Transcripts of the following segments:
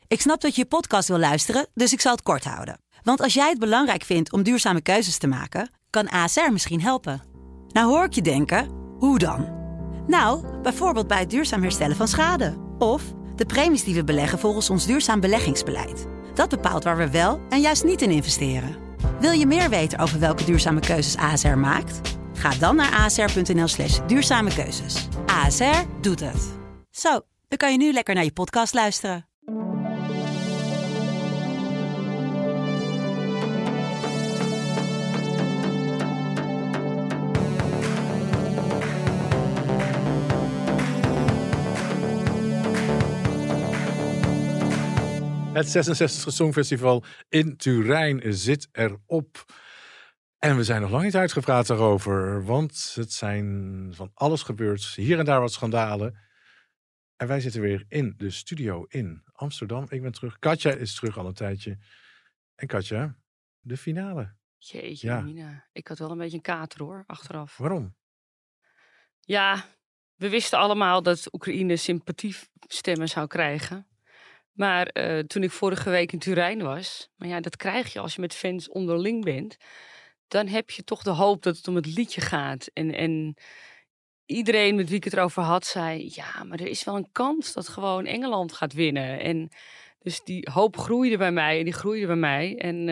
Ik snap dat je podcast wil luisteren, dus ik zal het kort houden. Want als jij het belangrijk vindt om duurzame keuzes te maken, kan ASR misschien helpen. Nou hoor ik je denken, hoe dan? Nou, bijvoorbeeld bij het duurzaam herstellen van schade. Of de premies die we beleggen volgens ons duurzaam beleggingsbeleid. Dat bepaalt waar we wel en juist niet in investeren. Wil je meer weten over welke duurzame keuzes ASR maakt? Ga dan naar asr.nl/duurzame keuzes. ASR doet het. Zo, dan kan je nu lekker naar je podcast luisteren. Het 66e Songfestival in Turijn zit erop. En we zijn nog lang niet uitgepraat daarover. Want het zijn van alles gebeurd. Hier en daar wat schandalen. En wij zitten weer in de studio in Amsterdam. Ik ben terug. Katja is terug al een tijdje. En Katja, de finale. Jeetje, ja. Mina. Ik had wel een beetje een kater hoor, achteraf. Waarom? Ja, we wisten allemaal dat Oekraïne sympathiestemmen zou krijgen. Maar toen ik vorige week in Turijn was... Maar ja, dat krijg je als je met fans onderling bent. Dan heb je toch de hoop dat het om het liedje gaat. En iedereen met wie ik het erover had zei... Ja, maar er is wel een kans dat gewoon Engeland gaat winnen. En dus die hoop groeide bij mij en die groeide bij mij. En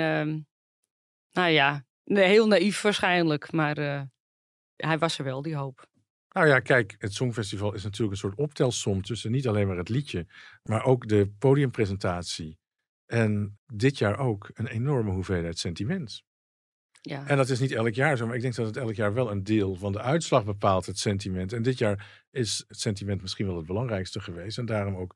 nou ja, heel naïef waarschijnlijk. Maar hij was er wel, die hoop. Nou ja, kijk, het Songfestival is natuurlijk een soort optelsom tussen niet alleen maar het liedje, maar ook de podiumpresentatie. En dit jaar ook een enorme hoeveelheid sentiment. Ja. En dat is niet elk jaar zo, maar ik denk dat het elk jaar wel een deel van de uitslag bepaalt, het sentiment. En dit jaar is het sentiment misschien wel het belangrijkste geweest. En daarom ook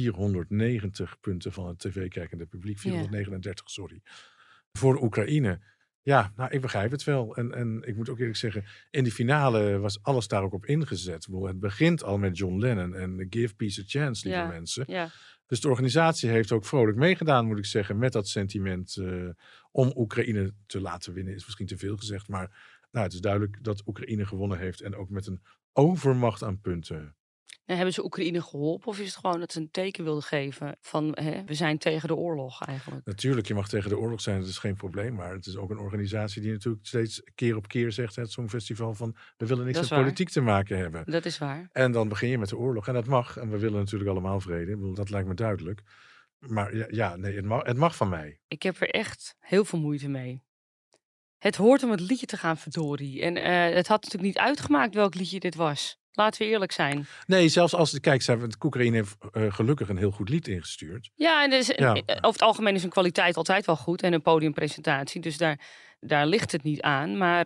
490 punten van het tv-kijkende publiek. 439, sorry. Voor Oekraïne. Ja, nou, ik begrijp het wel. En ik moet ook eerlijk zeggen, in die finale was alles daar ook op ingezet. Het begint al met John Lennon en Give Peace a Chance, lieve mensen. Ja. Dus de organisatie heeft ook vrolijk meegedaan, moet ik zeggen, met dat sentiment om Oekraïne te laten winnen. Is misschien te veel gezegd, maar nou, het is duidelijk dat Oekraïne gewonnen heeft en ook met een overmacht aan punten. En hebben ze Oekraïne geholpen of is het gewoon dat ze een teken wilden geven van we zijn tegen de oorlog eigenlijk? Natuurlijk, je mag tegen de oorlog zijn, dat is geen probleem. Maar het is ook een organisatie die natuurlijk steeds keer op keer zegt, het Songfestival, van we willen niks met politiek te maken hebben. Dat is waar. En dan begin je met de oorlog en dat mag. En we willen natuurlijk allemaal vrede. Ik bedoel, dat lijkt me duidelijk. Maar ja, nee, het mag van mij. Ik heb er echt heel veel moeite mee. Het hoort om het liedje te gaan, verdorie. En het had natuurlijk niet uitgemaakt welk liedje dit was. Laten we eerlijk zijn. Nee, zelfs als Oekraïne heeft gelukkig een heel goed lied ingestuurd. Ja, en dus, over het algemeen is een kwaliteit altijd wel goed. En een podiumpresentatie. Dus daar ligt het niet aan. Maar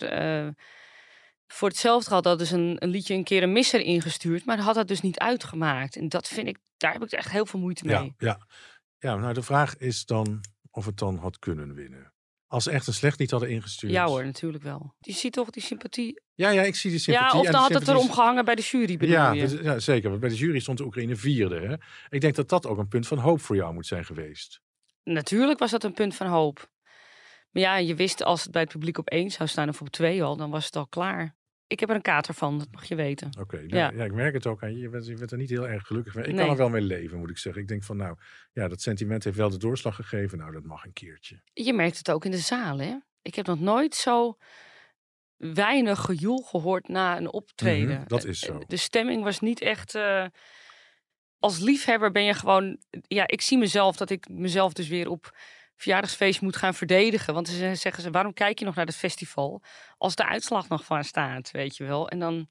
voor hetzelfde had dat dus een liedje een keer een misser ingestuurd. Maar had dat dus niet uitgemaakt. En dat vind ik, daar heb ik echt heel veel moeite mee. Ja, nou de vraag is dan of het dan had kunnen winnen. Als ze echt een slecht lied hadden ingestuurd. Ja hoor, natuurlijk wel. Je ziet toch die sympathie? Ja, ik zie die sympathie. Ja, of dan had het erom gehangen bij de jury, bedoel je? Ja, zeker. Want bij de jury stond de Oekraïne 4e. Hè? Ik denk dat dat ook een punt van hoop voor jou moet zijn geweest. Natuurlijk was dat een punt van hoop. Maar ja, je wist als het bij het publiek op 1 zou staan of op 2 al, dan was het al klaar. Ik heb er een kater van, dat mag je weten. Oké, ik merk het ook aan je. Je bent er niet heel erg gelukkig mee. Ik kan er wel mee leven, moet ik zeggen. Ik denk van, dat sentiment heeft wel de doorslag gegeven. Nou, dat mag een keertje. Je merkt het ook in de zaal, hè? Ik heb nog nooit zo weinig gejoel gehoord na een optreden. Dat is zo. De stemming was niet echt... Als liefhebber ben je gewoon... Ja, ik zie mezelf dat ik mezelf dus weer op verjaardagsfeest moet gaan verdedigen. Want dan zeggen ze, waarom kijk je nog naar het festival als de uitslag nog van staat, weet je wel? En dan...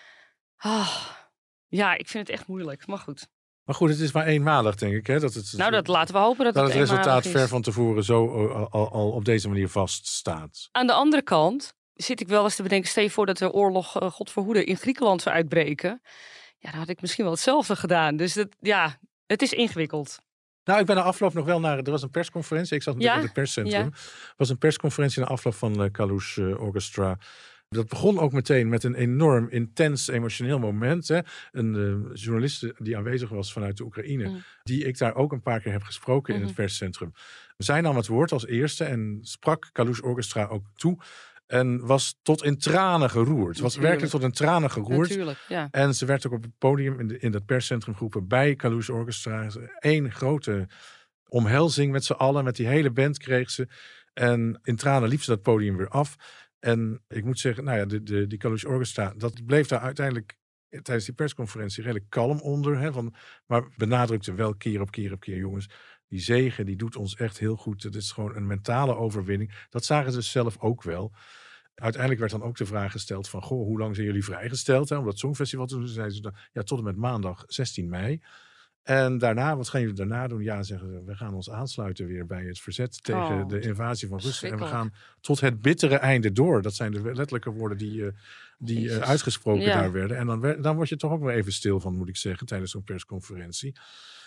ja, ik vind het echt moeilijk, maar goed. Maar goed, het is maar eenmalig, denk ik. Hè? Dat laten we hopen dat het resultaat is. Ver van tevoren zo al op deze manier vaststaat. Aan de andere kant zit ik wel eens te bedenken, stel je voor dat de oorlog, God verhoede, in Griekenland zou uitbreken. Ja, dan had ik misschien wel hetzelfde gedaan. Dus het is ingewikkeld. Nou, ik ben na afloop nog wel er was een persconferentie. Ik zat natuurlijk in het perscentrum. Er was een persconferentie na afloop van Kalush Orchestra. Dat begon ook meteen met een enorm intens emotioneel moment. Hè. Een journaliste die aanwezig was vanuit de Oekraïne, die ik daar ook een paar keer heb gesproken in het perscentrum. Zij nam het woord als eerste en sprak Kalush Orchestra ook toe. En was tot in tranen geroerd. Het was werkelijk tot in tranen geroerd. Natuurlijk, ja. En ze werd ook op het podium in dat perscentrum geroepen bij Kalush Orchestra. Eén grote omhelzing met z'n allen. Met die hele band kreeg ze. En in tranen liep ze dat podium weer af. En ik moet zeggen, die Kalush Orchestra, dat bleef daar uiteindelijk tijdens die persconferentie redelijk kalm onder. Hè, maar benadrukte wel keer op keer, jongens. Die zegen, die doet ons echt heel goed. Het is gewoon een mentale overwinning. Dat zagen ze zelf ook wel. Uiteindelijk werd dan ook de vraag gesteld van, goh, hoe lang zijn jullie vrijgesteld? Hè, om dat Songfestival te doen. Zeiden ze dan, ja, tot en met maandag 16 mei. En daarna, wat gaan jullie daarna doen? Ja, zeggen ze, we gaan ons aansluiten weer bij het verzet tegen de invasie van Rusland. En we gaan tot het bittere einde door. Dat zijn de letterlijke woorden die uitgesproken daar werden. En dan word je toch ook wel even stil van, moet ik zeggen, tijdens zo'n persconferentie.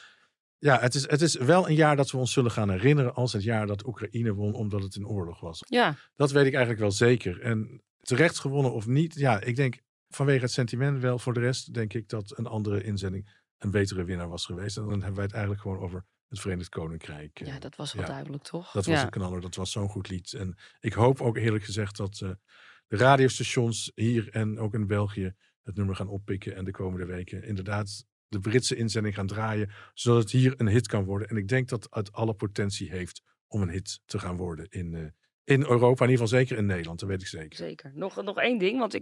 Ja, het is wel een jaar dat we ons zullen gaan herinneren als het jaar dat Oekraïne won, omdat het in oorlog was. Ja. Dat weet ik eigenlijk wel zeker. En terecht gewonnen of niet, ja, ik denk vanwege het sentiment wel. Voor de rest denk ik dat een andere inzending een betere winnaar was geweest. En dan hebben wij het eigenlijk gewoon over het Verenigd Koninkrijk. Ja, dat was wel duidelijk, toch? Dat was een knaller, dat was zo'n goed lied. En ik hoop ook eerlijk gezegd dat de radiostations hier en ook in België het nummer gaan oppikken en de komende weken inderdaad de Britse inzending gaan draaien, zodat het hier een hit kan worden. En ik denk dat het alle potentie heeft om een hit te gaan worden in Europa. In ieder geval zeker in Nederland, dat weet ik zeker. Zeker. Nog één ding, want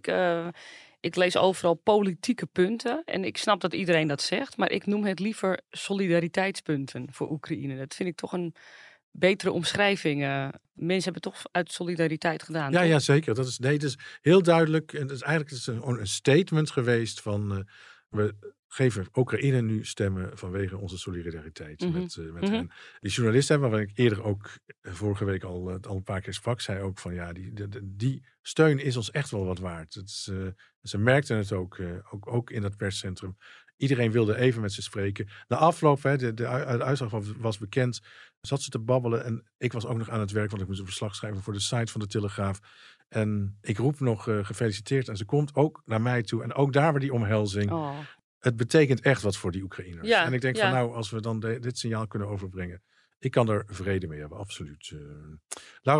ik lees overal politieke punten. En ik snap dat iedereen dat zegt, maar ik noem het liever solidariteitspunten voor Oekraïne. Dat vind ik toch een betere omschrijving. Mensen hebben toch uit solidariteit gedaan. Ja, zeker. Het is heel duidelijk. En het is eigenlijk een statement geweest van we geven Oekraïne nu stemmen vanwege onze solidariteit met hen. Die journalist waarvan ik eerder ook vorige week al een paar keer sprak, zei ook van ja, die steun is ons echt wel wat waard. Ze merkten het ook in dat perscentrum. Iedereen wilde even met ze spreken. Na afloop, de uitslag was bekend, zat ze te babbelen. En ik was ook nog aan het werk, want ik moest een verslag schrijven voor de site van de Telegraaf. En ik roep nog gefeliciteerd. En ze komt ook naar mij toe. En ook daar weer die omhelzing. Oh. Het betekent echt wat voor die Oekraïners. Ja, en ik denk van nou, als we dan dit signaal kunnen overbrengen. Ik kan er vrede mee hebben, absoluut. Laura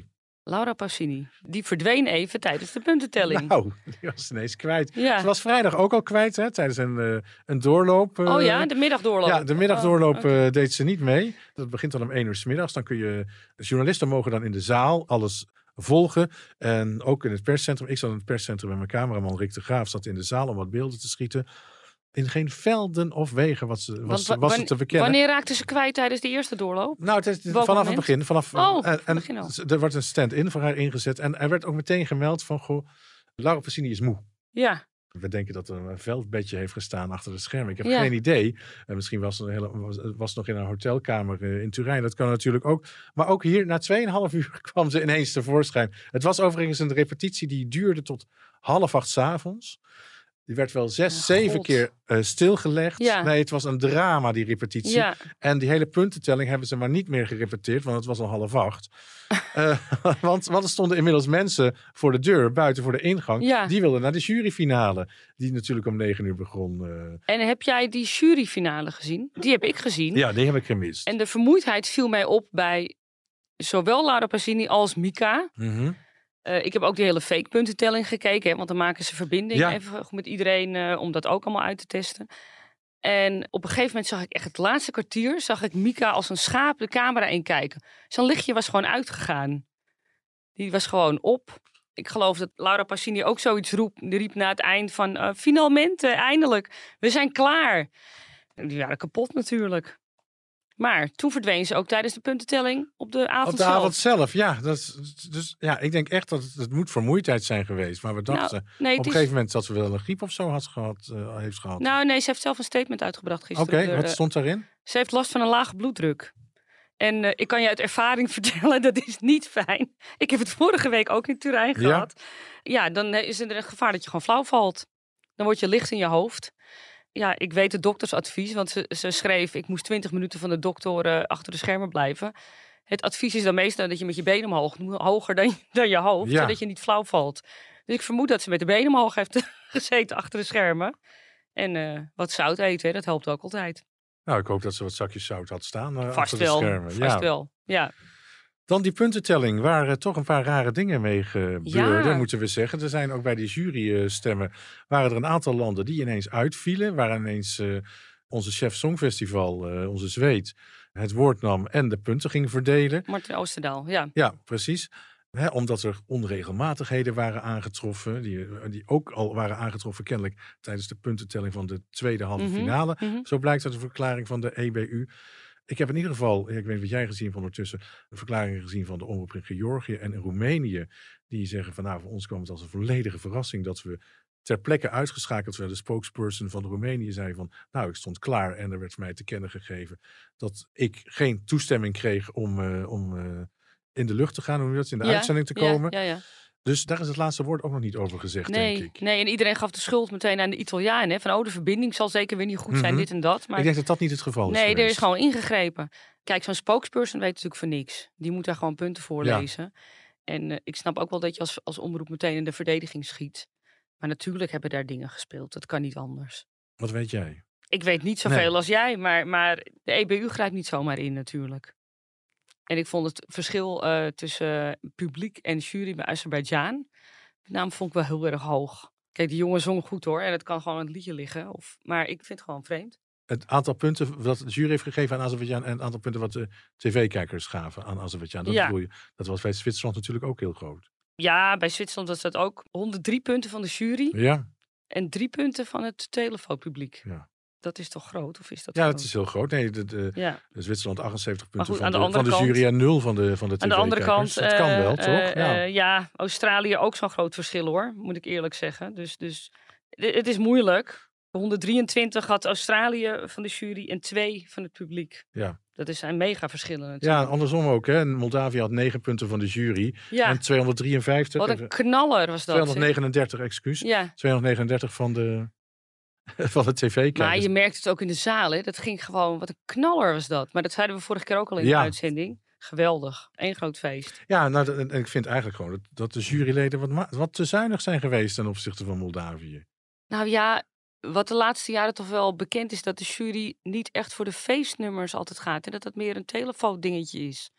Pausini, die verdween even tijdens de puntentelling. Nou, die was ineens kwijt. Ja. Ze was vrijdag ook al kwijt, hè, tijdens een doorloop. De middagdoorloop. Ja, de middagdoorloop deed ze niet mee. Dat begint dan om 1 uur 's middags. Dan kun je, journalisten mogen dan in de zaal alles volgen. En ook in het perscentrum. Ik zat in het perscentrum en mijn cameraman Rick de Graaf zat in de zaal om wat beelden te schieten. In geen velden of wegen was het te bekennen. Wanneer raakte ze kwijt tijdens de eerste doorloop? Nou, vanaf het begin. Begin al. Er wordt een stand-in voor haar ingezet. En er werd ook meteen gemeld van, goh, Laura Pausini is moe. Ja. We denken dat er een veldbedje heeft gestaan achter de schermen. Ik heb geen idee. Misschien was het nog in een hotelkamer in Turijn. Dat kan natuurlijk ook. Maar ook hier, na 2,5 uur kwam ze ineens tevoorschijn. Het was overigens een repetitie die duurde tot 7:30 's avonds. Die werd wel 6-7 keer stilgelegd. Ja. Nee, het was een drama, die repetitie. Ja. En die hele puntentelling hebben ze maar niet meer gerepeteerd, want het was al 7:30. Want er stonden inmiddels mensen voor de deur, buiten voor de ingang. Ja. Die wilden naar de juryfinale, die natuurlijk om 9 uur begon. En heb jij die juryfinale gezien? Die heb ik gezien. Ja, die heb ik gemist. En de vermoeidheid viel mij op bij zowel Laura Pausini als Mika. Ik heb ook die hele fake puntentelling gekeken, want dan maken ze verbinding even met iedereen om dat ook allemaal uit te testen. En op een gegeven moment zag ik echt het laatste kwartier, zag ik Mika als een schaap de camera inkijken. Zijn lichtje was gewoon uitgegaan. Die was gewoon op. Ik geloof dat Laura Pausini ook zoiets riep na het eind van finalmente, eindelijk, we zijn klaar. Die waren kapot natuurlijk. Maar toen verdween ze ook tijdens de puntentelling op de avond zelf. Op de avond zelf, ja. Dus ik denk echt dat het moet vermoeidheid zijn geweest. Maar we dachten, op een gegeven moment dat ze wel een griep of zo heeft gehad. Nou nee, ze heeft zelf een statement uitgebracht gisteren. Oké, wat stond daarin? Ze heeft last van een lage bloeddruk. En ik kan je uit ervaring vertellen, dat is niet fijn. Ik heb het vorige week ook in Turijn gehad. Ja, dan is er een gevaar dat je gewoon flauw valt. Dan word je licht in je hoofd. Ja, ik weet het doktersadvies, want ze schreef, ik moest 20 minuten van de dokter achter de schermen blijven. Het advies is dan meestal dat je met je benen omhoog, hoger dan je hoofd, zodat je niet flauw valt. Dus ik vermoed dat ze met de benen omhoog heeft gezeten achter de schermen. En wat zout eten, dat helpt ook altijd. Nou, ik hoop dat ze wat zakjes zout had staan achter de schermen. Vast wel, ja. Dan die puntentelling, waar toch een paar rare dingen mee gebeurden, moeten we zeggen. Er zijn ook bij die jurystemmen, waren er een aantal landen die ineens uitvielen. Waar ineens onze chef Songfestival, onze Zweed, het woord nam en de punten ging verdelen. Martin Oosterdaal, ja. Ja, precies. Omdat er onregelmatigheden waren aangetroffen, die ook al waren aangetroffen kennelijk tijdens de puntentelling van de tweede halve finale. Zo blijkt uit de verklaring van de EBU. Ik heb in ieder geval, ik weet niet wat jij gezien hebt ondertussen, de verklaringen gezien van de omroep in Georgië en in Roemenië. Die zeggen van nou, voor ons kwam het als een volledige verrassing dat we ter plekke uitgeschakeld werden. De spokesperson van Roemenië zei van nou, ik stond klaar en er werd mij te kennen gegeven dat ik geen toestemming kreeg om in de lucht te gaan, hoe dat in de uitzending te komen. Ja. Dus daar is het laatste woord ook nog niet over gezegd, denk ik. Nee, en iedereen gaf de schuld meteen aan de Italiaan. Hè? Van, de verbinding zal zeker weer niet goed zijn, dit en dat. Maar ik denk dat dat niet het geval is Nee, geweest. er is gewoon ingegrepen. Kijk, zo'n spokesperson weet natuurlijk van niks. Die moet daar gewoon punten voorlezen. Ja. En ik snap ook wel dat je als omroep meteen in de verdediging schiet. Maar natuurlijk hebben daar dingen gespeeld. Dat kan niet anders. Wat weet jij? Ik weet niet zoveel als jij, maar de EBU grijpt niet zomaar in natuurlijk. En ik vond het verschil tussen publiek en jury bij Azerbeidzjan, met name vond ik wel heel erg hoog. Kijk, die jongen zong goed hoor en het kan gewoon aan het liedje liggen. Maar ik vind het gewoon vreemd. Het aantal punten wat de jury heeft gegeven aan Azerbeidzjan en het aantal punten wat de tv-kijkers gaven aan Azerbeidzjan. Dat bedoel je. Dat was bij Zwitserland natuurlijk ook heel groot. Ja, bij Zwitserland was dat ook 103 punten van de jury. Ja. En 3 punten van het telefoonpubliek. Ja. Dat is toch groot? Of is dat dat is heel groot. Nee, Zwitserland 78 punten goed, van de jury en 0 van de tv-kijkers. Aan de andere kant, dat kan wel, toch? Ja, Australië ook zo'n groot verschil hoor, moet ik eerlijk zeggen. Dus het is moeilijk. 123 had Australië van de jury en 2 van het publiek. Ja. Dat zijn mega verschillen natuurlijk. Ja, andersom ook. Hè. Moldavië had 9 punten van de jury. Ja. En 253. Wat een knaller was dat. 239, excuus. Ja. 239 van de tv-kijkers. Maar je merkt het ook in de zaal. Hè. Dat ging gewoon, wat een knaller was dat. Maar dat zeiden we vorige keer ook al in de uitzending. Geweldig. Eén groot feest. Ja, nou, en ik vind eigenlijk gewoon dat de juryleden wat te zuinig zijn geweest ten opzichte van Moldavië. Nou ja, wat de laatste jaren toch wel bekend is, dat de jury niet echt voor de feestnummers altijd gaat. En dat dat meer een telefoondingetje is.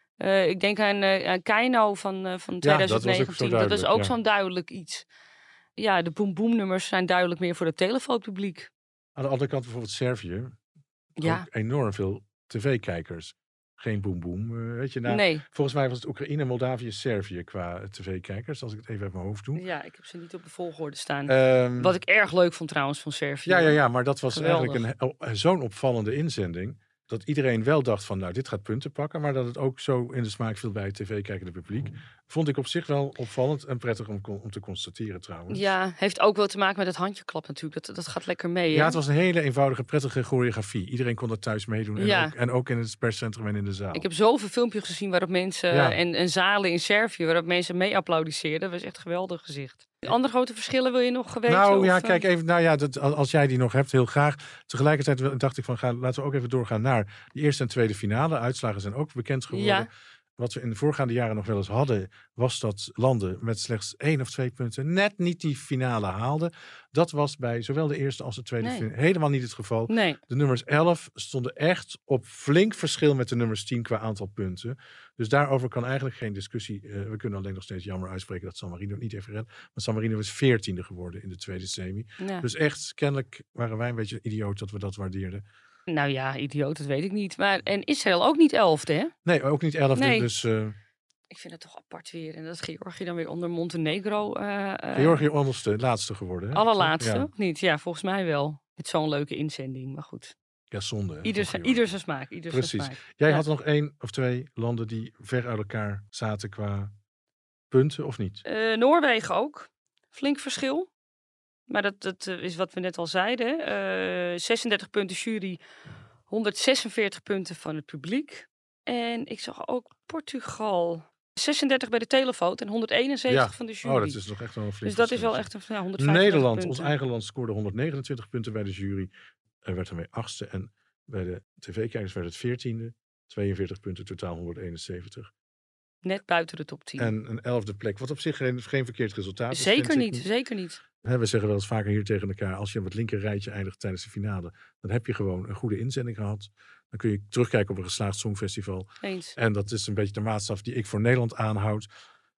Ik denk aan Keino van 2019. Dat is ook zo'n duidelijk iets. Ja, de boom-boom-nummers zijn duidelijk meer voor het telefoonpubliek. Aan de andere kant bijvoorbeeld Servië. Ook enorm veel tv-kijkers. Geen boom-boom, weet je. Nou, nee. Volgens mij was het Oekraïne, Moldavië, Servië qua tv-kijkers. Als ik het even uit mijn hoofd doe. Ja, ik heb ze niet op de volgorde staan. Wat ik erg leuk vond trouwens van Servië. Ja, maar dat was eigenlijk zo'n opvallende inzending. Dat iedereen wel dacht van, nou, dit gaat punten pakken. Maar dat het ook zo in de smaak viel bij het tv-kijkende publiek. Vond ik op zich wel opvallend en prettig om te constateren trouwens. Ja, heeft ook wel te maken met het handjeklap natuurlijk. Dat gaat lekker mee. Hè? Ja, het was een hele eenvoudige, prettige choreografie. Iedereen kon dat thuis meedoen. En ook in het perscentrum en in de zaal. Ik heb zoveel filmpjes gezien waarop mensen en zalen in Servië, waarop mensen mee applaudisseerden. Dat was echt een geweldig gezicht. Andere grote verschillen wil je nog weten? Nou ja, kijk even. Nou ja, als jij die nog hebt, heel graag. Tegelijkertijd dacht ik van, laten we ook even doorgaan naar de eerste en tweede finale. Uitslagen zijn ook bekend geworden. Ja. Wat we in de voorgaande jaren nog wel eens hadden, was dat landen met slechts 1 of 2 punten net niet die finale haalden. Dat was bij zowel de eerste als de tweede finale helemaal niet het geval. Nee. De nummers 11 stonden echt op flink verschil met de nummers 10 qua aantal punten. Dus daarover kan eigenlijk geen discussie. We kunnen alleen nog steeds jammer uitspreken dat San Marino het niet heeft gered. Maar San Marino was 14e geworden in de tweede semi. Ja. Dus echt, kennelijk waren wij een beetje idioot dat we dat waardeerden. Nou ja, idioot, dat weet ik niet. En Israël ook niet 11e, hè? Nee, ook niet 11e. Nee. Dus, ik vind het toch apart weer. En dat is Georgië dan weer onder Montenegro. Georgië onderste, laatste geworden. Hè? Allerlaatste, of niet? Ja, volgens mij wel. Met zo'n leuke inzending, maar goed. Ja, zonde. Ieder zijn smaak. Precies. Jij had nog 1 of 2 landen die ver uit elkaar zaten qua punten, of niet? Noorwegen ook. Flink verschil. Maar dat is wat we net al zeiden. 36 punten jury, 146 punten van het publiek. En ik zag ook Portugal. 36 bij de telefoon en 171 van de jury. Oh, dat is nog echt wel een flink. Dus dat is wel echt een 150 Nederland, punten. ons eigen land, scoorde 129 punten bij de jury. En werd ermee 8e. En bij de tv-kijkers werd het 14e. 42 punten, totaal 171. Net buiten de top 10. En een 11e plek, wat op zich geen verkeerd resultaat is. Zeker niet. We zeggen wel eens vaker hier tegen elkaar, als je op het linker rijtje eindigt tijdens de finale, dan heb je gewoon een goede inzending gehad. Dan kun je terugkijken op een geslaagd songfestival. Eens. En dat is een beetje de maatstaf die ik voor Nederland aanhoud.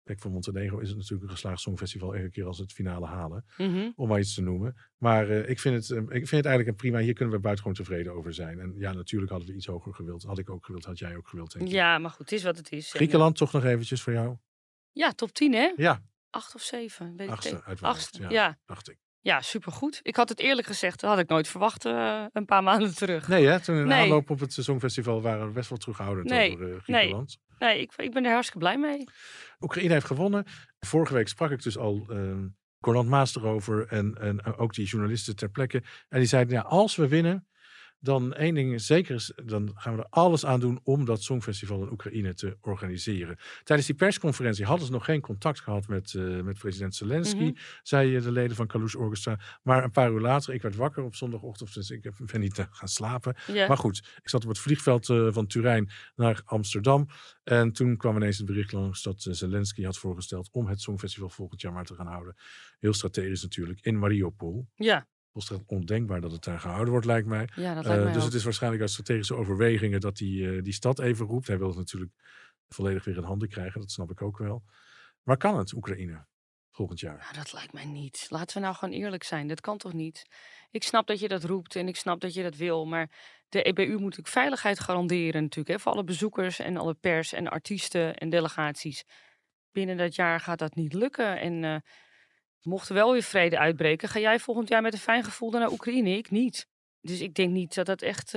Kijk, voor Montenegro is het natuurlijk een geslaagd songfestival elke keer als het finale halen. Om maar iets te noemen. Maar ik vind het eigenlijk een prima. Hier kunnen we buitengewoon tevreden over zijn. En ja, natuurlijk hadden we iets hoger gewild. Had ik ook gewild, had jij ook gewild, denk ik. Ja, maar goed, het is wat het is. Griekenland toch nog eventjes voor jou? Ja, top 10 hè? Ja. 8 of 7. Weet Achtste, ik uit mijn hoofd, ja. Dacht ik. Ja, supergoed. Ik had het eerlijk gezegd, dat had ik nooit verwacht een paar maanden terug. Nee hè, toen in aanloop op het Songfestival waren we best wel terughoudend over Griekenland. Nee, ik ben er hartstikke blij mee. Oekraïne heeft gewonnen. Vorige week sprak ik dus al Courant Maas erover en ook die journalisten ter plekke. En die zeiden, ja, als we winnen, dan één ding is zeker, dan gaan we er alles aan doen om dat Songfestival in Oekraïne te organiseren. Tijdens die persconferentie hadden ze nog geen contact gehad met president Zelensky, zei de leden van Kalush Orchestra. Maar een paar uur later, ik werd wakker op zondagochtend, dus ik ben niet gaan slapen. Yeah. Maar goed, ik zat op het vliegveld van Turijn naar Amsterdam. En toen kwam ineens het bericht langs dat Zelensky had voorgesteld om het Songfestival volgend jaar maar te gaan houden. Heel strategisch natuurlijk, in Mariupol. Ja. Volstrekt ondenkbaar dat het daar gehouden wordt, lijkt mij. Ja, dat lijkt mij dus ook. Het is waarschijnlijk uit strategische overwegingen dat die stad even roept. Hij wil het natuurlijk volledig weer in handen krijgen, dat snap ik ook wel. Maar kan het, Oekraïne, volgend jaar? Nou, dat lijkt mij niet. Laten we nou gewoon eerlijk zijn. Dat kan toch niet? Ik snap dat je dat roept en ik snap dat je dat wil. Maar de EBU moet natuurlijk veiligheid garanderen natuurlijk. Hè, voor alle bezoekers en alle pers en artiesten en delegaties. Binnen dat jaar gaat dat niet lukken. En mocht er wel weer vrede uitbreken, ga jij volgend jaar met een fijn gevoel naar Oekraïne? Ik niet. Dus ik denk niet dat dat echt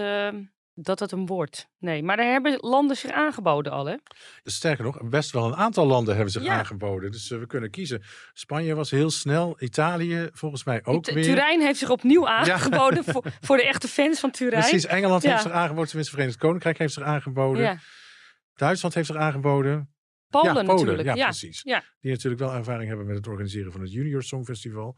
dat hem wordt. Nee, maar daar hebben landen zich aangeboden al, hè? Sterker nog, best wel een aantal landen hebben zich aangeboden. Dus we kunnen kiezen. Spanje was heel snel. Italië volgens mij ook weer. Turijn heeft zich opnieuw aangeboden voor de echte fans van Turijn. Precies, Engeland heeft zich aangeboden. Tenminste, Verenigd Koninkrijk heeft zich aangeboden. Ja. Duitsland heeft zich aangeboden. Polen natuurlijk. Ja, precies. Ja. Die natuurlijk wel ervaring hebben met het organiseren van het Junior Songfestival.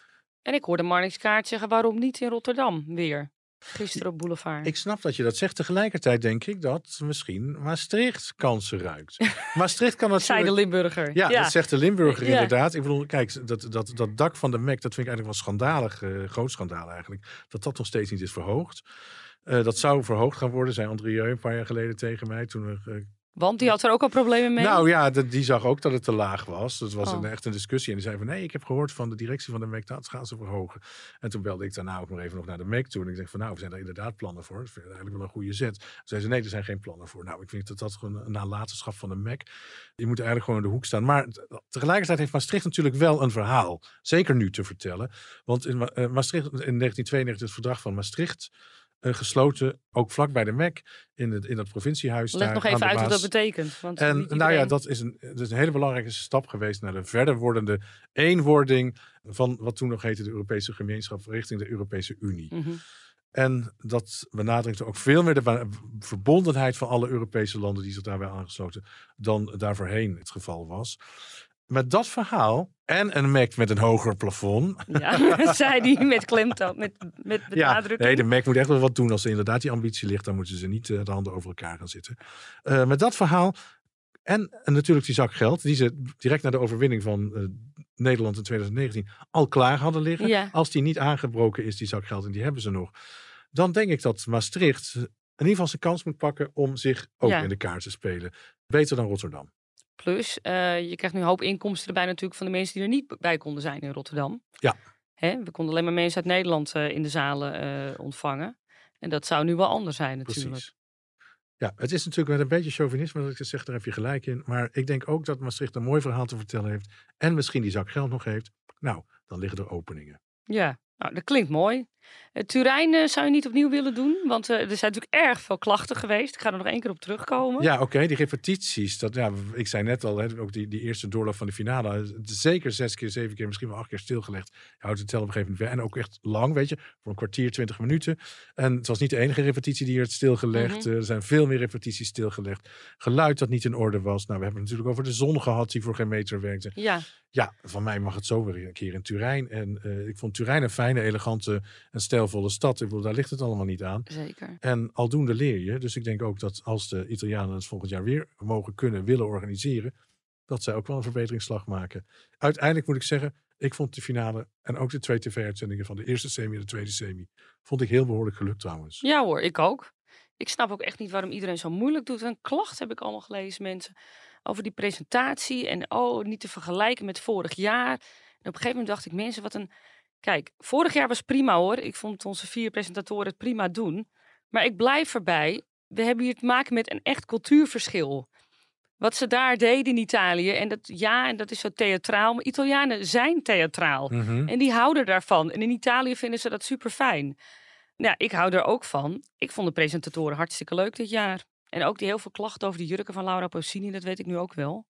En ik hoorde Marnix Kaart zeggen, waarom niet in Rotterdam weer? Gisteren op Boulevard. Ik snap dat je dat zegt. Tegelijkertijd denk ik dat misschien Maastricht kansen ruikt. Maastricht kan natuurlijk... Zei de Limburger. Ja, dat zegt de Limburger inderdaad. Ik bedoel, kijk, dat dak van de MEC, dat vind ik eigenlijk wel schandalig. Groot schandaal eigenlijk. Dat nog steeds niet is verhoogd. Dat zou verhoogd gaan worden, zei Andrieu een paar jaar geleden tegen mij. Toen want die had er ook al problemen mee? Nou ja, die zag ook dat het te laag was. Dat was echt een discussie. En die zei van nee, ik heb gehoord van de directie van de MEC, dat gaan ze verhogen. En toen belde ik daarna ook nog even naar de MEC toe. En ik denk van nou, zijn er inderdaad plannen voor? Dat vind ik eigenlijk wel een goede zet. Toen zei ze nee, er zijn geen plannen voor. Nou, ik vind dat gewoon een nalatenschap van de MEC. Je moet eigenlijk gewoon in de hoek staan. Maar tegelijkertijd heeft Maastricht natuurlijk wel een verhaal. Zeker nu te vertellen. Want in Maastricht, in 1992 het verdrag van Maastricht gesloten, ook vlak bij de MEC, in dat provinciehuis. Leg nog even uit wat dat betekent. Want en nou ja, dat is een hele belangrijke stap geweest naar de verder wordende eenwording van wat toen nog heette de Europese gemeenschap richting de Europese Unie. En dat benadrukte ook veel meer de verbondenheid van alle Europese landen die zich daarbij aangesloten dan daarvoorheen het geval was. Met dat verhaal en een MEC met een hoger plafond. Ja, zei die met klemtoon, met benadrukking. Ja, nee, de MEC moet echt wel wat doen. Als er inderdaad die ambitie ligt, dan moeten ze niet de handen over elkaar gaan zitten. Met dat verhaal en natuurlijk die zak geld, die ze direct na de overwinning van Nederland in 2019 al klaar hadden liggen. Ja. Als die niet aangebroken is, die zak geld, en die hebben ze nog. Dan denk ik dat Maastricht in ieder geval zijn kans moet pakken om zich ook in de kaart te spelen. Beter dan Rotterdam. Plus, je krijgt nu een hoop inkomsten erbij natuurlijk van de mensen die er niet bij konden zijn in Rotterdam. Ja. We konden alleen maar mensen uit Nederland in de zalen ontvangen. En dat zou nu wel anders zijn natuurlijk. Precies. Ja, het is natuurlijk met een beetje chauvinisme dat ik het zeg, daar heb je gelijk in. Maar ik denk ook dat Maastricht een mooi verhaal te vertellen heeft. En misschien die zak geld nog heeft. Nou, dan liggen er openingen. Ja, nou, dat klinkt mooi. Turijn zou je niet opnieuw willen doen? Want er zijn natuurlijk erg veel klachten geweest. Ik ga er nog één keer op terugkomen. Ja, oké, die repetities. Ik zei net al, ook die eerste doorloop van de finale. Zeker 6 keer, 7 keer, misschien wel 8 keer stilgelegd. Je houdt het tel op een gegeven moment weer. En ook echt lang, weet je. Voor een kwartier, 20 minuten. En het was niet de enige repetitie die hier werd stilgelegd. Er zijn veel meer repetities stilgelegd. Geluid dat niet in orde was. Nou, we hebben het natuurlijk over de zon gehad die voor geen meter werkte. Ja, van mij mag het zo weer een keer in Turijn. En ik vond Turijn een fijne, elegante en stijlvolle stad. Ik bedoel, daar ligt het allemaal niet aan. Zeker. En aldoende leer je. Dus ik denk ook dat als de Italianen het volgend jaar weer mogen kunnen, willen organiseren, dat zij ook wel een verbeteringsslag maken. Uiteindelijk moet ik zeggen, ik vond de finale en ook de 2 tv-uitzendingen van de eerste semi en de tweede semi, vond ik heel behoorlijk gelukt trouwens. Ja hoor, ik ook. Ik snap ook echt niet waarom iedereen zo moeilijk doet. Een klacht heb ik allemaal gelezen, mensen. Over die presentatie. En niet te vergelijken met vorig jaar. En op een gegeven moment dacht ik, mensen, wat een... Kijk, vorig jaar was prima hoor. Ik vond onze 4 presentatoren het prima doen. Maar ik blijf erbij. We hebben hier te maken met een echt cultuurverschil. Wat ze daar deden in Italië. En dat is zo theatraal. Maar Italianen zijn theatraal. Mm-hmm. En die houden daarvan. En in Italië vinden ze dat super fijn. Ja, ik hou er ook van. Ik vond de presentatoren hartstikke leuk dit jaar. En ook die heel veel klachten over de jurken van Laura Pausini. Dat weet ik nu ook wel.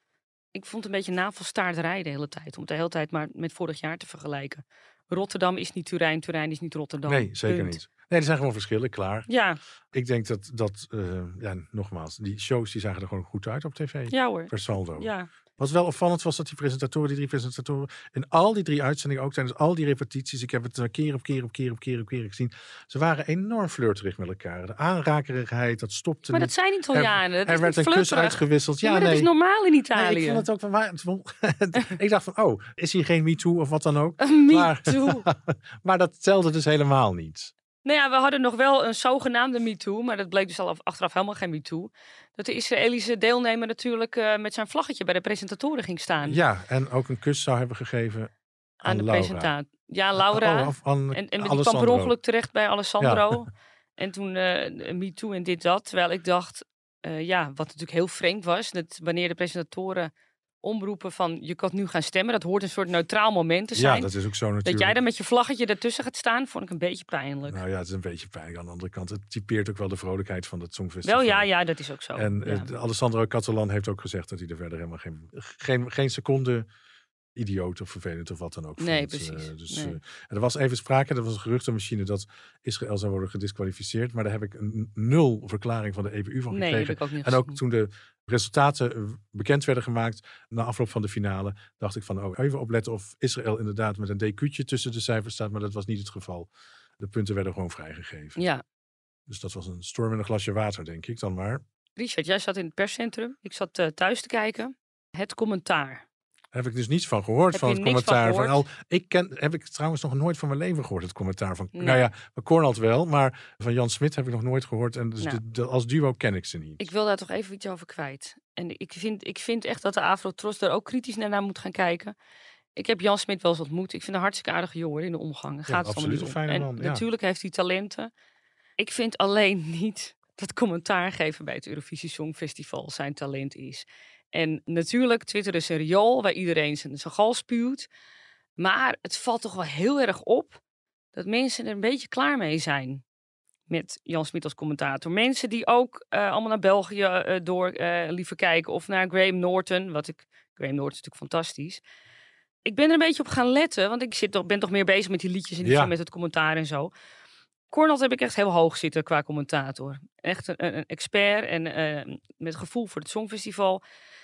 Ik vond het een beetje navelstaarderij de hele tijd. Om het de hele tijd maar met vorig jaar te vergelijken. Rotterdam is niet Turijn. Turijn is niet Rotterdam. Nee, zeker niet. Nee, er zijn gewoon verschillen, klaar. Ja. Ik denk dat nogmaals, die shows die zagen er gewoon goed uit op tv. Ja hoor. Per saldo. Ja. Wat wel opvallend was dat die 3 presentatoren, in al die 3 uitzendingen, ook tijdens al die repetities, ik heb het keer op keer gezien, ze waren enorm flirterig met elkaar. De aanrakerigheid, dat stopte Maar niet. dat zijn Italianen. Er werd een kus uitgewisseld. Ja, maar dat is normaal in Italië. Nee, ik vond het ook van ik dacht van, is hier geen MeToo of wat dan ook? MeToo. Maar dat telde dus helemaal niet. Nou ja, we hadden nog wel een zogenaamde MeToo, maar dat bleek dus al achteraf helemaal geen MeToo. Dat de Israëlische deelnemer natuurlijk met zijn vlaggetje bij de presentatoren ging staan. Ja, en ook een kus zou hebben gegeven aan de presentator. Ja, Laura. En die kwam per ongeluk terecht bij Alessandro. Ja. En toen MeToo en dit dat. Terwijl ik dacht, wat natuurlijk heel vreemd was, dat wanneer de presentatoren omroepen van je kan nu gaan stemmen. Dat hoort een soort neutraal moment te zijn. Ja, dat is ook zo natuurlijk. Dat jij dan met je vlaggetje ertussen gaat staan, vond ik een beetje pijnlijk. Nou ja, het is een beetje pijnlijk. Aan de andere kant, het typeert ook wel de vrolijkheid van het Songfestival. Wel ja, dat is ook zo. En Alessandro Catalan heeft ook gezegd dat hij er verder helemaal geen seconde idioot of vervelend of wat dan ook. Nee, precies. Er was even sprake, er was een geruchtenmachine dat Israël zou worden gedisqualificeerd. Maar daar heb ik een 0 verklaring van de EBU van gekregen. Heb ik ook niet en ook toen de resultaten bekend werden gemaakt na afloop van de finale, dacht ik van, even opletten of Israël inderdaad met een DQ'tje tussen de cijfers staat. Maar dat was niet het geval. De punten werden gewoon vrijgegeven. Ja. Dus dat was een storm in een glasje water, denk ik dan maar. Richard, jij zat in het perscentrum. Ik zat thuis te kijken. Het commentaar. Daar heb ik dus niets van gehoord, van het commentaar heb ik trouwens nog nooit van mijn leven gehoord, het commentaar van, van Cornald wel, maar van Jan Smit heb ik nog nooit gehoord. En dus als duo ken ik ze niet. Ik wil daar toch even iets over kwijt. En ik vind echt dat de Afro-Tros daar ook kritisch naar moet gaan kijken. Ik heb Jan Smit wel eens ontmoet. Ik vind een hartstikke aardige jongen in de omgang. Gaat het absoluut een fijne man. Natuurlijk heeft hij talenten. Ik vind alleen niet dat commentaar geven bij het Eurovisie Songfestival zijn talent is. En natuurlijk, Twitter is een riool waar iedereen zijn gal spuwt. Maar het valt toch wel heel erg op dat mensen er een beetje klaar mee zijn. Met Jan Smit als commentator. Mensen die ook allemaal naar België liever kijken. Of naar Graham Norton. Graham Norton is natuurlijk fantastisch. Ik ben er een beetje op gaan letten. Want ik ben toch meer bezig met die liedjes en niet met het commentaar en zo. Cornald heb ik echt heel hoog zitten qua commentator. Echt een expert en met gevoel voor het Songfestival.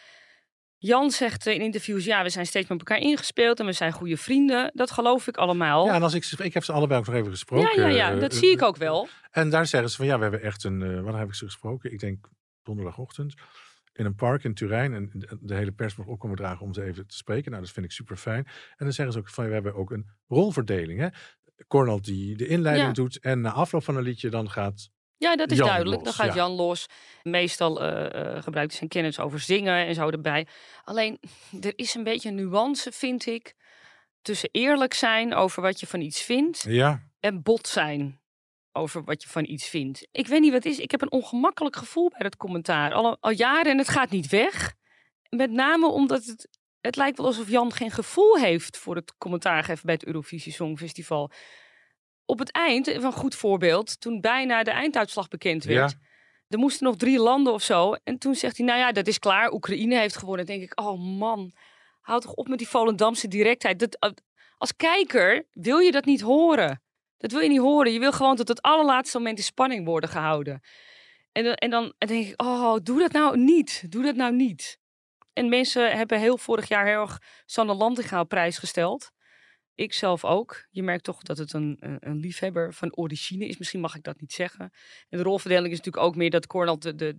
Jan zegt in interviews, we zijn steeds met elkaar ingespeeld en we zijn goede vrienden. Dat geloof ik allemaal. Ja, en ik heb ze allebei ook nog even gesproken. Ja, dat zie ik ook wel. En daar zeggen ze van, we hebben echt wanneer heb ik ze gesproken? Ik denk donderdagochtend. In een park in Turijn. En de hele pers mag opkomen dragen om ze even te spreken. Nou, dat vind ik super fijn. En dan zeggen ze ook van, we hebben ook een rolverdeling. Hè? Cornald die de inleiding doet. En na afloop van een liedje dan gaat Ja, dat is Jan duidelijk. los, Dan gaat Jan los. Meestal gebruikt hij zijn kennis over zingen en zo erbij. Alleen, er is een beetje een nuance, vind ik, tussen eerlijk zijn over wat je van iets vindt en bot zijn over wat je van iets vindt. Ik weet niet wat het is. Ik heb een ongemakkelijk gevoel bij dat commentaar. Al jaren en het gaat niet weg. Met name omdat het lijkt wel alsof Jan geen gevoel heeft voor het commentaar geven bij het Eurovisie Songfestival. Op het eind, een goed voorbeeld, toen bijna de einduitslag bekend werd. Er moesten nog 3 landen of zo. En toen zegt hij, dat is klaar. Oekraïne heeft gewonnen. Dan denk ik, oh man, houd toch op met die Volendamse directheid. Als kijker wil je dat niet horen. Dat wil je niet horen. Je wil gewoon tot het allerlaatste moment in spanning worden gehouden. En dan denk ik, oh, doe dat nou niet. Doe dat nou niet. En mensen hebben vorig jaar heel erg Sanne Lantinga op prijs gesteld. Ik zelf ook. Je merkt toch dat het een liefhebber van origine is. Misschien mag ik dat niet zeggen. En de rolverdeling is natuurlijk ook meer dat Cornald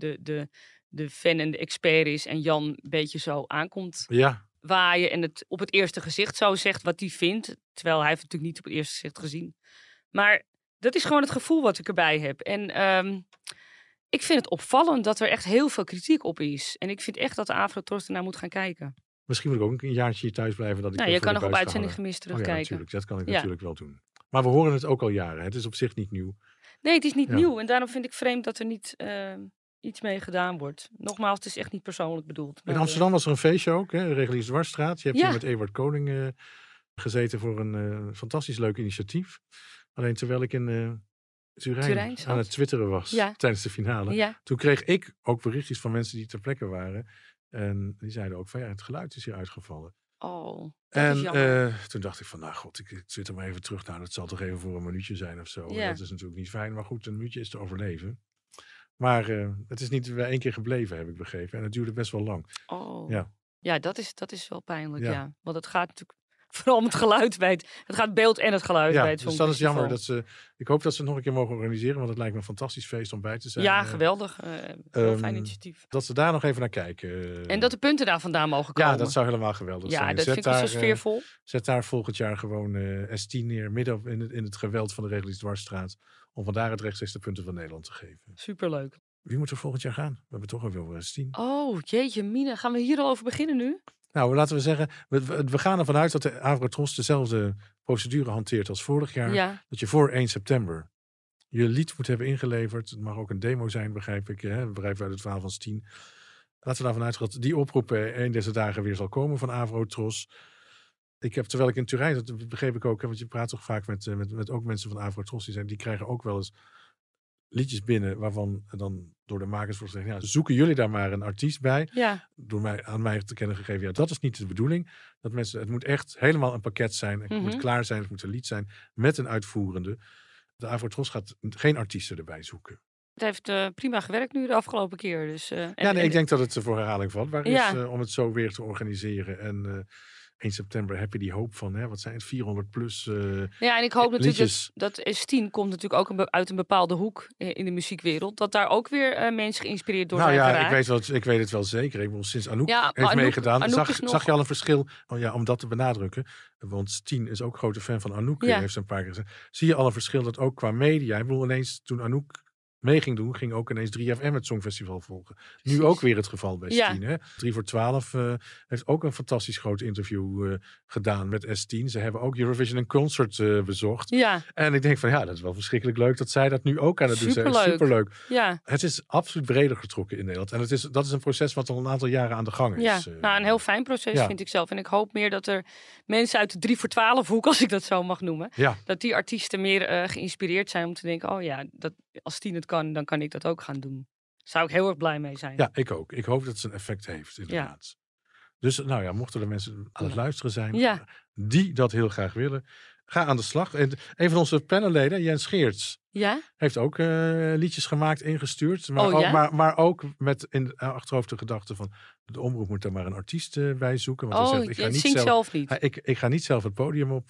de fan en de expert is. En Jan een beetje zo aankomt waaien. En het op het eerste gezicht zo zegt wat hij vindt. Terwijl hij heeft het natuurlijk niet op het eerste gezicht gezien. Maar Dat is gewoon het gevoel wat ik erbij heb. En ik vind het opvallend dat er echt heel veel kritiek op is. En ik vind echt dat de Avrotros ernaar moet gaan kijken. Misschien moet ik ook een jaartje hier thuis blijven. Dat ik je kan nog op Uitzending Gemist terugkijken. Ja, natuurlijk. Dat kan ik natuurlijk wel doen. Maar we horen het ook al jaren. Het is op zich niet nieuw. Nee, het is niet nieuw. En daarom vind ik vreemd dat er niet iets mee gedaan wordt. Nogmaals, het is echt niet persoonlijk bedoeld. In Amsterdam was er een feestje ook. Hè? De Reguliers Dwarsstraat. Je hebt hier met Ewart Koning gezeten voor een fantastisch leuk initiatief. Alleen terwijl ik in Turijn aan het twitteren was tijdens de finale. Ja. Toen kreeg ik ook berichtjes van mensen die ter plekke waren. En die zeiden ook van het geluid is hier uitgevallen. Oh, en toen dacht ik van, nou god, ik twitter maar even terug. Nou, dat zal toch even voor een minuutje zijn of zo. Ja. Dat is natuurlijk niet fijn, maar goed, een minuutje is te overleven. Maar het is niet één keer gebleven, heb ik begrepen. En het duurde best wel lang. Oh, ja, dat is wel pijnlijk, Want het gaat natuurlijk vooral om het geluid bij het gaat beeld en het geluid bij het dus dat is jammer. Ik hoop dat ze het nog een keer mogen organiseren, want het lijkt me een fantastisch feest om bij te zijn. Ja, geweldig. Heel fijn initiatief. Dat ze daar nog even naar kijken. En dat de punten daar vandaan mogen komen. Ja, dat zou helemaal geweldig zijn. Ja, dat vind ik zo sfeervol. Zet daar volgend jaar gewoon S10 neer, midden in het geweld van de Reguliers Dwarsstraat, om vandaar het rechtstreeks de punten van Nederland te geven. Superleuk. Wie moet er volgend jaar gaan? We hebben toch alweer over S10. Oh, jeetje Mina. Gaan we hier al over beginnen nu? Nou, laten we zeggen, we gaan ervan uit dat de Avrotros dezelfde procedure hanteert als vorig jaar. Ja. Dat je voor 1 september je lied moet hebben ingeleverd. Het mag ook een demo zijn, begrijp ik. Hè? Begrijpen we uit het verhaal van S10. Laten we daarvan uitgaan dat die oproep een deze dagen weer zal komen van Avrotros. Terwijl ik in Turijn, dat begreep ik ook, want je praat toch vaak met ook mensen van Avrotros, die krijgen ook wel eens liedjes binnen waarvan dan door de makers wordt gezegd, zoeken jullie daar maar een artiest bij. Ja. Aan mij te kennen gegeven, dat is niet de bedoeling. Dat mensen, het moet echt helemaal een pakket zijn. Het moet klaar zijn, het moet een lied zijn met een uitvoerende. De Avrotros gaat geen artiesten erbij zoeken. Het heeft prima gewerkt nu de afgelopen keer. Dus, ik denk dat het voor herhaling vatbaar is om het zo weer te organiseren. En 1 september heb je die hoop van, wat zijn het, 400 plus ja, en ik hoop liedjes. natuurlijk dat S10 komt natuurlijk ook uit een bepaalde hoek in de muziekwereld. Dat daar ook weer mensen geïnspireerd door zijn geraakt. Ik weet het wel zeker. Ik bedoel, sinds Anouk heeft meegedaan, zag je al een verschil, om dat te benadrukken. Want S10 is ook grote fan van Anouk, heeft ze een paar keer gezegd. Zie je al een verschil dat ook qua media, ik bedoel ineens toen Anouk mee ging doen, ging ook ineens 3FM het Songfestival volgen. Precies. Nu ook weer het geval bij S10. Hè? 3 voor 12 heeft ook een fantastisch groot interview gedaan met S10. Ze hebben ook Eurovision in Concert bezocht. Ja. En ik denk van dat is wel verschrikkelijk leuk dat zij dat nu ook aan het doen zijn. Superleuk. Ja. Het is absoluut breder getrokken in Nederland. En dat is een proces wat al een aantal jaren aan de gang is. Ja, een heel fijn proces vind ik zelf. En ik hoop meer dat er mensen uit de 3 voor 12 hoek, als ik dat zo mag noemen, dat die artiesten meer geïnspireerd zijn om te denken, als 10 het kan, dan kan ik dat ook gaan doen. Daar zou ik heel erg blij mee zijn. Ja, ik ook. Ik hoop dat het een effect heeft, inderdaad. Dus mochten er mensen aan het luisteren zijn die dat heel graag willen, ga aan de slag. En een van onze panelleden, Jens Geerts, heeft ook liedjes gemaakt, ingestuurd. Maar ook met in de achterhoofd de gedachte van, de omroep moet er maar een artiest bij zoeken. Want hij zegt, ik ga niet zelf niet. Ik ga niet zelf het podium op.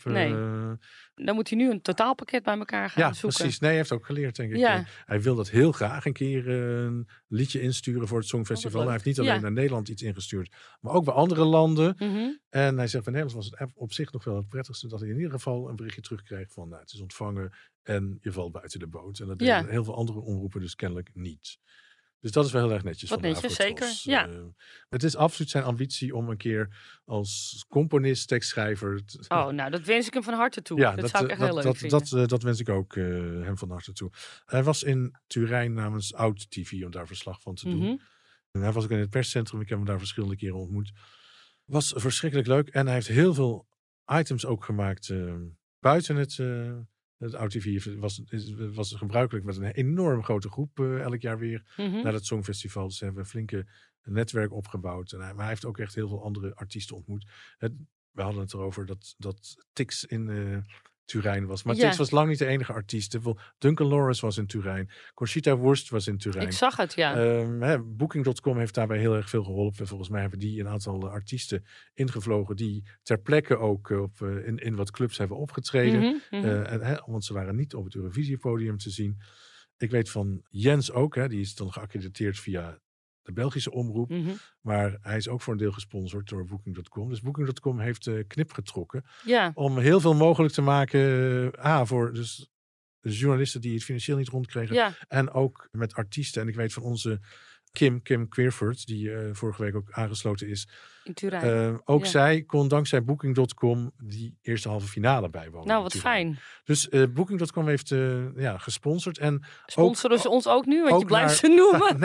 Dan moet hij nu een totaalpakket bij elkaar gaan zoeken. Precies. Nee, hij heeft ook geleerd, denk ik. Hij wil dat heel graag een keer een liedje insturen voor het Songfestival. Hij heeft niet alleen naar Nederland iets ingestuurd, maar ook bij andere landen. En hij zegt, bij Nederland was het op zich nog wel het prettigste dat hij in ieder geval een berichtje terugkrijgt van, het is ontvangen en je valt buiten de boot. En dat deden heel veel andere omroepen dus kennelijk niet. Dus dat is wel heel erg netjes. Wat netjes, zeker. Het is absoluut zijn ambitie om een keer als componist, tekstschrijver. Dat wens ik hem van harte toe. Dat zou ik echt heel leuk vinden. Dat wens ik ook hem van harte toe. Hij was in Turijn namens Oud TV om daar verslag van te doen. En hij was ook in het perscentrum. Ik heb hem daar verschillende keren ontmoet. Was verschrikkelijk leuk. En hij heeft heel veel items ook gemaakt buiten het Oud TV was gebruikelijk met een enorm grote groep elk jaar weer naar het Songfestival. Ze hebben een flinke netwerk opgebouwd. Maar hij heeft ook echt heel veel andere artiesten ontmoet. We hadden het erover dat Tix in Turijn was. Maar Tix was lang niet de enige artiest. Duncan Lawrence was in Turijn. Conchita Wurst was in Turijn. Ik zag het, Booking.com heeft daarbij heel erg veel geholpen. Volgens mij hebben die een aantal artiesten ingevlogen die ter plekke ook in wat clubs hebben opgetreden. Want ze waren niet op het Eurovisiepodium te zien. Ik weet van Jens ook. Die is dan geaccrediteerd via de Belgische omroep. Maar hij is ook voor een deel gesponsord door Booking.com. Dus Booking.com heeft knip getrokken. Om heel veel mogelijk te maken. Voor dus journalisten die het financieel niet rondkregen. Ja. En ook met artiesten. En ik weet van onze Kim Queerford, die vorige week ook aangesloten is. In Turijn. Zij kon dankzij Booking.com die eerste halve finale bijwonen. Nou, wat fijn. Dus Booking.com heeft gesponsord. En sponsoren ze ons ook nu? Want je blijft ze noemen.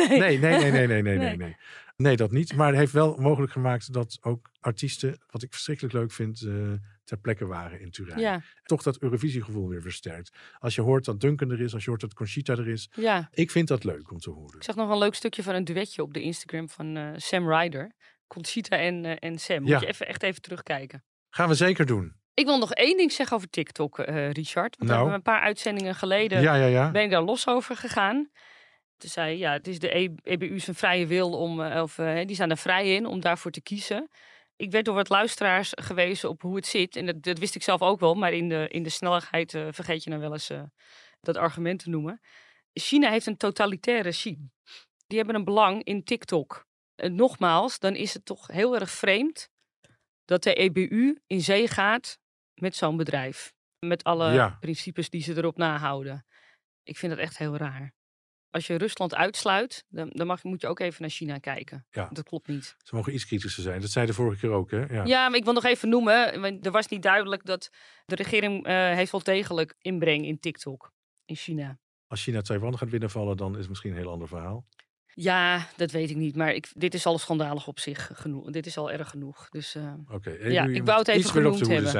Nee. Nee, dat niet. Maar het heeft wel mogelijk gemaakt dat ook artiesten, wat ik verschrikkelijk leuk vind, ter plekke waren in Turijn. Ja. Toch dat Eurovisiegevoel weer versterkt. Als je hoort dat Duncan er is, als je hoort dat Conchita er is. Ja. Ik vind dat leuk om te horen. Ik zag nog een leuk stukje van een duetje op de Instagram van Sam Ryder. Conchita en Sam. Moet je echt even terugkijken. Gaan we zeker doen. Ik wil nog 1 ding zeggen over TikTok, Richard. Want hebben we een paar uitzendingen geleden ben ik daar los over gegaan. Toen zei het is de EBU zijn vrije wil om, die staan er vrij in om daarvoor te kiezen. Ik werd door wat luisteraars gewezen op hoe het zit. En dat wist ik zelf ook wel, maar in de snelheid vergeet je dan wel eens dat argument te noemen. China heeft een totalitair regime. Die hebben een belang in TikTok. En nogmaals, dan is het toch heel erg vreemd dat de EBU in zee gaat met zo'n bedrijf. Met alle principes die ze erop nahouden. Ik vind dat echt heel raar. Als je Rusland uitsluit, dan moet je ook even naar China kijken. Ja. Dat klopt niet. Ze mogen iets kritischer zijn. Dat zei de vorige keer ook, hè? Ja, maar ik wil nog even noemen. Er was niet duidelijk dat de regering heeft wel degelijk inbreng in TikTok in China. Als China Taiwan gaat binnenvallen, dan is het misschien een heel ander verhaal. Ja, dat weet ik niet. Maar dit is al schandalig op zich genoeg. Dit is al erg genoeg. Dus ik wou het even genoemd hebben.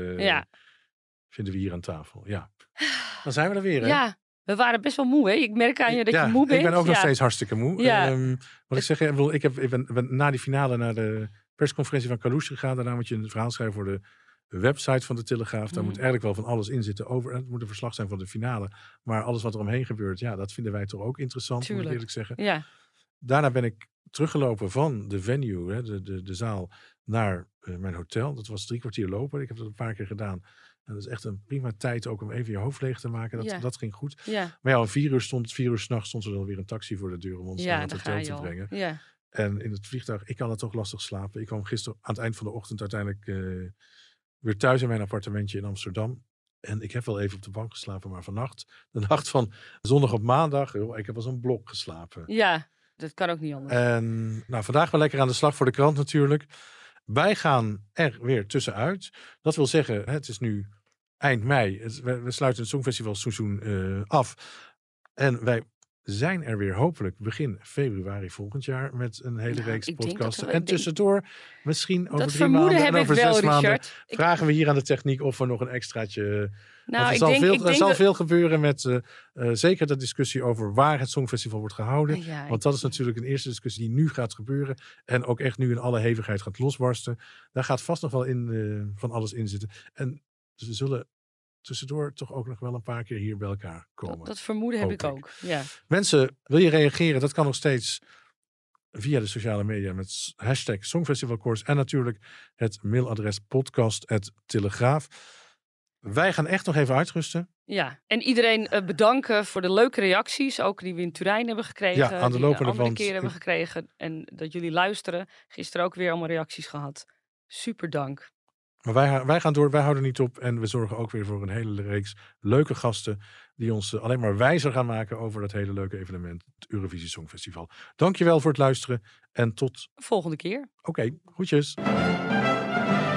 Vinden we hier aan tafel. Ja. Dan zijn we er weer, hè? Ja. We waren best wel moe, hè? Ik merk aan je dat je moe bent. Ik ben ook nog steeds hartstikke moe. Wat ik zeg, ik ben na die finale naar de persconferentie van Kalouche gegaan. Daarna moet je een verhaal schrijven voor de website van de Telegraaf. Daar moet eigenlijk wel van alles in zitten. Het moet een verslag zijn van de finale. Maar alles wat er omheen gebeurt, dat vinden wij toch ook interessant, moet ik eerlijk zeggen. Ja. Daarna ben ik teruggelopen van de venue, de zaal, naar mijn hotel. Dat was 3 kwartier lopen. Ik heb dat een paar keer gedaan. En dat is echt een prima tijd ook om even je hoofd leeg te maken. Dat ging goed. Ja. Maar om 4 uur 's nachts stond er dan weer een taxi voor de deur om ons naar het hotel te brengen. Ja. En in het vliegtuig, ik kan het toch lastig slapen. Ik kwam gisteren aan het eind van de ochtend uiteindelijk weer thuis in mijn appartementje in Amsterdam. En ik heb wel even op de bank geslapen, maar vannacht, de nacht van zondag op maandag, ik heb als een blok geslapen. Ja, dat kan ook niet anders. En vandaag wel lekker aan de slag voor de krant natuurlijk. Wij gaan er weer tussenuit. Dat wil zeggen, het is nu eind mei. We sluiten het Songfestivalseizoen af. En wij zijn er weer hopelijk begin februari volgend jaar met een hele reeks podcasten. En tussendoor, misschien over 3 maanden en over 6 maanden, vragen we hier aan de techniek of we nog een extraatje... er zal veel gebeuren met zeker de discussie over waar het Songfestival wordt gehouden. Want dat is natuurlijk een eerste discussie die nu gaat gebeuren. En ook echt nu in alle hevigheid gaat losbarsten. Daar gaat vast nog wel van alles in zitten. En we zullen tussendoor toch ook nog wel een paar keer hier bij elkaar komen. Dat vermoeden heb ik ook. Ja. Mensen, wil je reageren? Dat kan nog steeds via de sociale media met hashtag Songfestivalkoers en natuurlijk het mailadres podcast@telegraaf. Wij gaan echt nog even uitrusten. Ja, en iedereen bedanken voor de leuke reacties, ook die we in Turijn hebben gekregen. Ja, aan de lopende band. Keer hebben gekregen. En dat jullie luisteren. Gisteren ook weer allemaal reacties gehad. Super dank. Maar wij gaan door, wij houden niet op. En we zorgen ook weer voor een hele reeks leuke gasten die ons alleen maar wijzer gaan maken over dat hele leuke evenement, het Eurovisie Songfestival. Dankjewel voor het luisteren en tot volgende keer. Oké, groetjes.